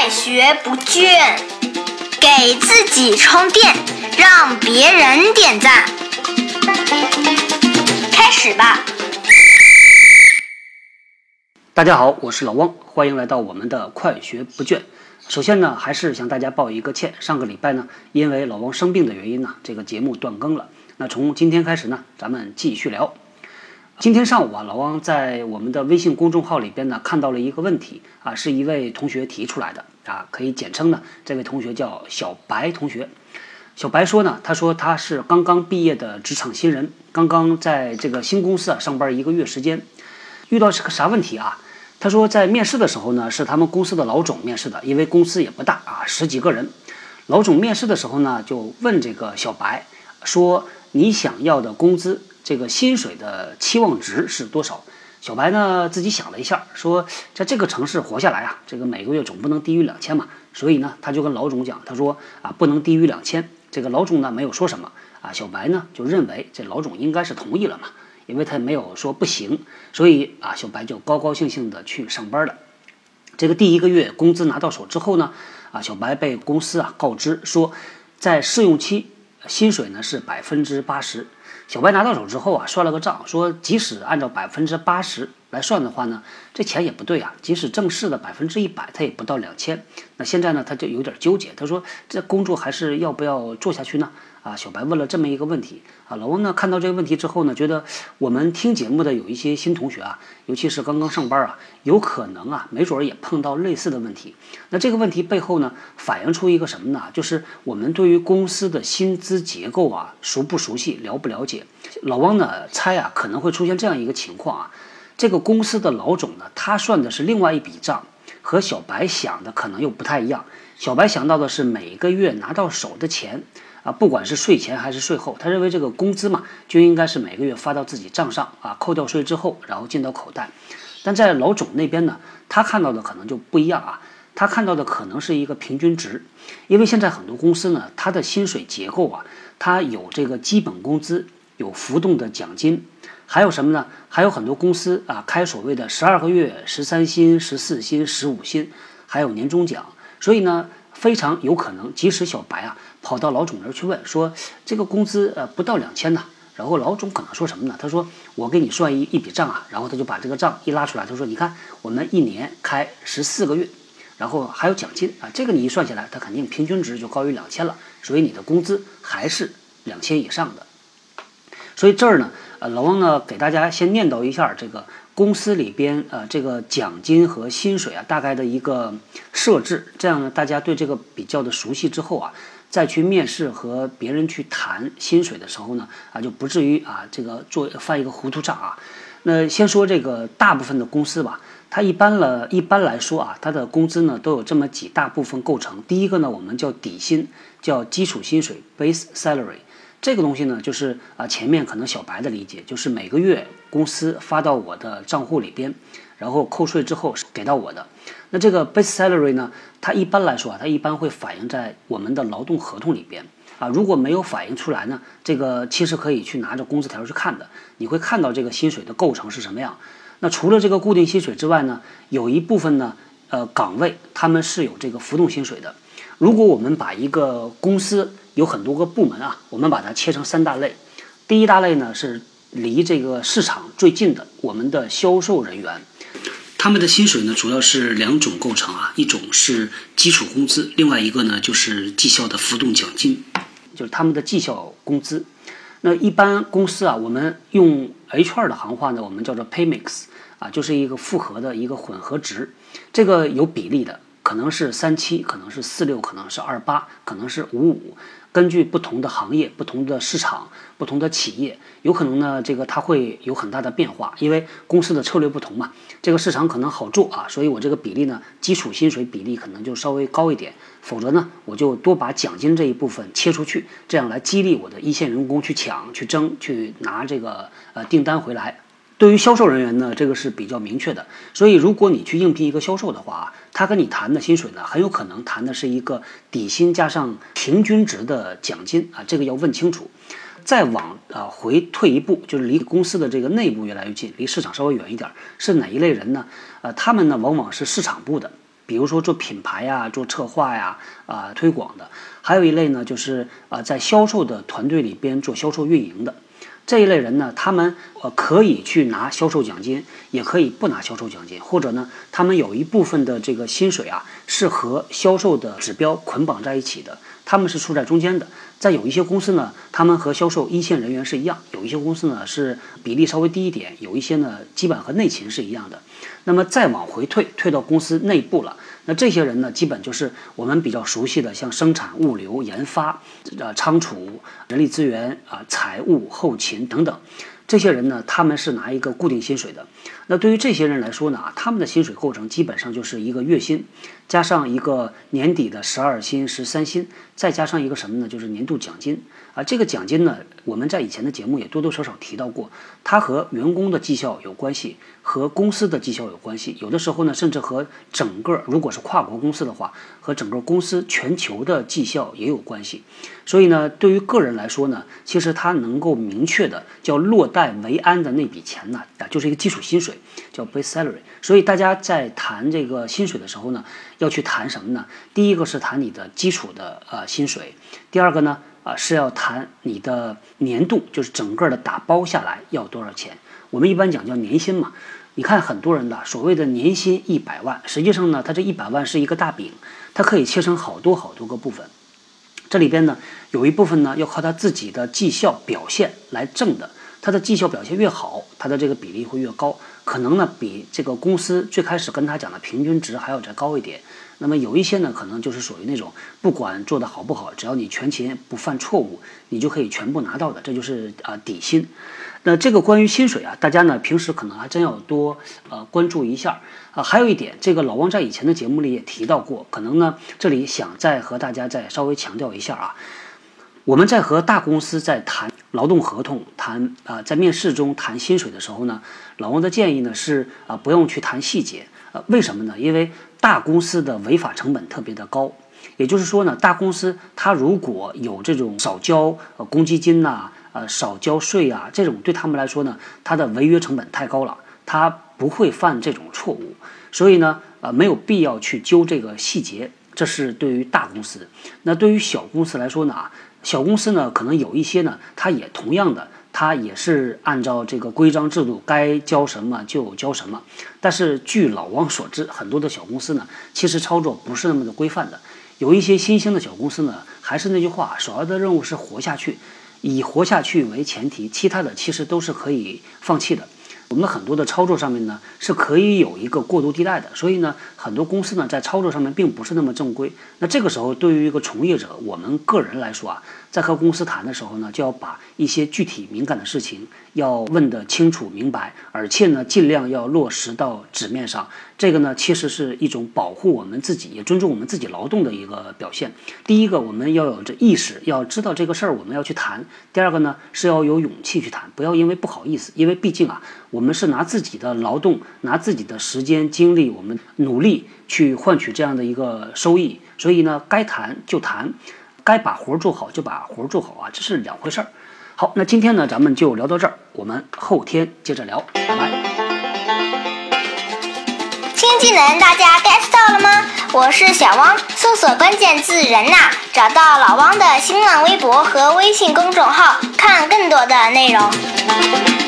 快学不倦，给自己充电，让别人点赞。开始吧。 大家好，我是老汪，欢迎来到我们的快学不倦。首先呢，还是向大家报一个歉，上个礼拜呢，因为老汪生病的原因呢，这个节目断更了。那从今天开始呢，咱们继续聊。今天上午啊，老汪在我们的微信公众号里边呢，看到了一个问题啊，是一位同学提出来的啊，可以简称呢，这位同学叫小白同学。小白说呢，他说他是刚刚毕业的职场新人，刚刚在这个新公司啊上班1个月时间，遇到是个啥问题啊？他说在面试的时候呢，是他们公司的老总面试的，因为公司也不大啊，10几个人。老总面试的时候呢，就问这个小白说，你想要的工资，这个薪水的期望值是多少？小白呢自己想了一下，说在这个城市活下来啊，这个每个月总不能低于2000嘛，所以呢他就跟老总讲，他说啊不能低于2000。这个老总呢没有说什么啊，小白呢就认为这老总应该是同意了嘛。因为他没有说不行，所以啊，小白就高高兴兴的去上班了。这个第1个月工资拿到手之后呢，啊，小白被公司啊告知说，在试用期薪水呢是80%。小白拿到手之后啊，算了个账，说即使按照80%来算的话呢，这钱也不对啊。即使正式的100%，它也不到2000。那现在呢，他就有点纠结，他说这工作还是要不要做下去呢？啊，小白问了这么一个问题啊，老汪呢看到这个问题之后呢，觉得我们听节目的有一些新同学啊，尤其是刚刚上班啊，有可能啊，没准也碰到类似的问题。那这个问题背后呢，反映出一个什么呢？就是我们对于公司的薪资结构啊，熟不熟悉，了不了解？老汪呢猜啊，可能会出现这样一个情况啊，这个公司的老总呢，他算的是另外一笔账，和小白想的可能又不太一样。小白想到的是每个月拿到手的钱。啊，不管是税前还是税后，他认为这个工资嘛，就应该是每个月发到自己账上啊，扣掉税之后，然后进到口袋。但在老总那边呢，他看到的可能就不一样啊，他看到的可能是一个平均值，因为现在很多公司呢，它的薪水结构啊，它有这个基本工资，有浮动的奖金，还有什么呢？还有很多公司啊，开所谓的12个月、13薪、14薪、15薪，还有年终奖，所以呢，非常有可能，即使小白啊跑到老总那儿去问说这个工资不到2000呢，然后老总可能说什么呢？他说我给你算一笔账啊，然后他就把这个账一拉出来，他说你看我们1年开14个月，然后还有奖金啊，这个你一算起来，它肯定平均值就高于2000了，所以你的工资还是2000以上的。所以这儿呢，老汪呢给大家先念叨一下这个公司里边这个奖金和薪水啊大概的一个设置，这样呢大家对这个比较的熟悉之后啊，再去面试和别人去谈薪水的时候呢啊就不至于啊这个犯一个糊涂账啊。那先说这个大部分的公司吧，它一般来说啊，它的工资呢都有这么几大部分构成。第一个呢我们叫底薪，叫基础薪水 base salary。这个东西呢，就是前面可能小白的理解，就是每个月公司发到我的账户里边，然后扣税之后给到我的。那这个 base salary 呢，它一般来说啊，它一般会反映在我们的劳动合同里边啊。如果没有反映出来呢，这个其实可以去拿着工资条去看的，你会看到这个薪水的构成是什么样。那除了这个固定薪水之外呢，有一部分呢，岗位他们是有这个浮动薪水的。如果我们把一个公司有很多个部门啊，我们把它切成3大类。第一大类呢是离这个市场最近的我们的销售人员，他们的薪水呢主要是2种构成啊，一种是基础工资，另外一个呢就是绩效的浮动奖金，就是他们的绩效工资。那一般公司啊，我们用 HR 的行话呢，我们叫做 pay mix 啊，就是一个复合的一个混合值，这个有比例的。可能是37，可能是46，可能是28，可能是55，根据不同的行业、不同的市场、不同的企业，有可能呢，这个它会有很大的变化，因为公司的策略不同嘛。这个市场可能好做啊，所以我这个比例呢，基础薪水比例可能就稍微高一点，否则呢，我就多把奖金这一部分切出去，这样来激励我的一线员工去抢、去争、去拿这个订单回来。对于销售人员呢，这个是比较明确的。所以如果你去应聘一个销售的话，他跟你谈的薪水呢，很有可能谈的是一个底薪加上平均值的奖金啊，这个要问清楚。再往回退一步，就是离公司的这个内部越来越近，离市场稍微远一点，是哪一类人呢？他们呢往往是市场部的， 比如说做品牌呀、做策划呀、推广的。还有一类呢，就是在销售的团队里边做销售运营的。这一类人呢，他们可以去拿销售奖金，也可以不拿销售奖金，或者呢，他们有一部分的这个薪水是和销售的指标捆绑在一起的，他们是处在中间的。在有一些公司呢，他们和销售一线人员是一样，有一些公司呢是比例稍微低一点，有一些呢基本和内勤是一样的。那么再往回退到公司内部了，那这些人呢，基本就是我们比较熟悉的，像生产、物流、研发、仓储、人力资源财务、后勤等等。这些人呢，他们是拿一个固定薪水的。那对于这些人来说呢，他们的薪水构成基本上就是一个月薪，加上一个年底的12薪、13薪，再加上一个什么呢？就是年度奖金这个奖金呢，我们在以前的节目也多多少少提到过，它和员工的绩效有关系，和公司的绩效有关系，有的时候呢，甚至和整个，如果是跨国公司的话，和整个公司全球的绩效也有关系。所以呢，对于个人来说呢，其实他能够明确的叫落袋为安的那笔钱呢，就是一个基础薪水，叫 base salary。所以大家在谈这个薪水的时候呢，要去谈什么呢？第一个是谈你的基础的薪水，第二个呢是要谈你的年度，就是整个的打包下来要多少钱。我们一般讲叫年薪嘛。你看很多人的所谓的年薪100万，实际上呢，它这100万是一个大饼，它可以切成好多个部分。这里边呢，有一部分呢要靠他自己的绩效表现来挣的，他的绩效表现越好，他的这个比例会越高，可能呢比这个公司最开始跟他讲的平均值还要再高一点。那么有一些呢，可能就是属于那种不管做得好不好，只要你全勤不犯错误，你就可以全部拿到的，这就是底薪。那这个关于薪水大家呢平时可能还真要多关注一下还有一点，这个老汪在以前的节目里也提到过，可能呢这里想再和大家再稍微强调一下我们在和大公司在谈劳动合同、谈在面试中谈薪水的时候呢，老汪的建议呢是不用去谈细节为什么呢？因为大公司的违法成本特别的高，也就是说呢，大公司它如果有这种少交公积金少交税这种对他们来说呢，它的违约成本太高了，它不会犯这种错误，所以呢没有必要去揪这个细节，这是对于大公司。那对于小公司来说呢小公司呢可能有一些呢，它也同样的，它也是按照这个规章制度该交什么就交什么，但是据老汪所知，很多的小公司呢其实操作不是那么的规范的。有一些新兴的小公司呢，还是那句话，首要的任务是活下去，以活下去为前提，其他的其实都是可以放弃的。我们很多的操作上面呢是可以有一个过渡地带的，所以呢很多公司呢在操作上面并不是那么正规。那这个时候对于一个从业者，我们个人来说在和公司谈的时候呢，就要把一些具体敏感的事情要问得清楚明白，而且呢尽量要落实到纸面上。这个呢其实是一种保护我们自己也尊重我们自己劳动的一个表现。第一个，我们要有这意识，要知道这个事儿我们要去谈。第二个呢是要有勇气去谈，不要因为不好意思，因为毕竟我们是拿自己的劳动，拿自己的时间精力，我们努力去换取这样的一个收益，所以呢该谈就谈，该把活做好就把活做好这是两回事儿。好，那今天呢咱们就聊到这儿，我们后天接着聊，拜拜。 新技能大家 get 到了吗？我是小汪，搜索关键字人呐，找到老汪的新浪微博和微信公众号，看更多的内容。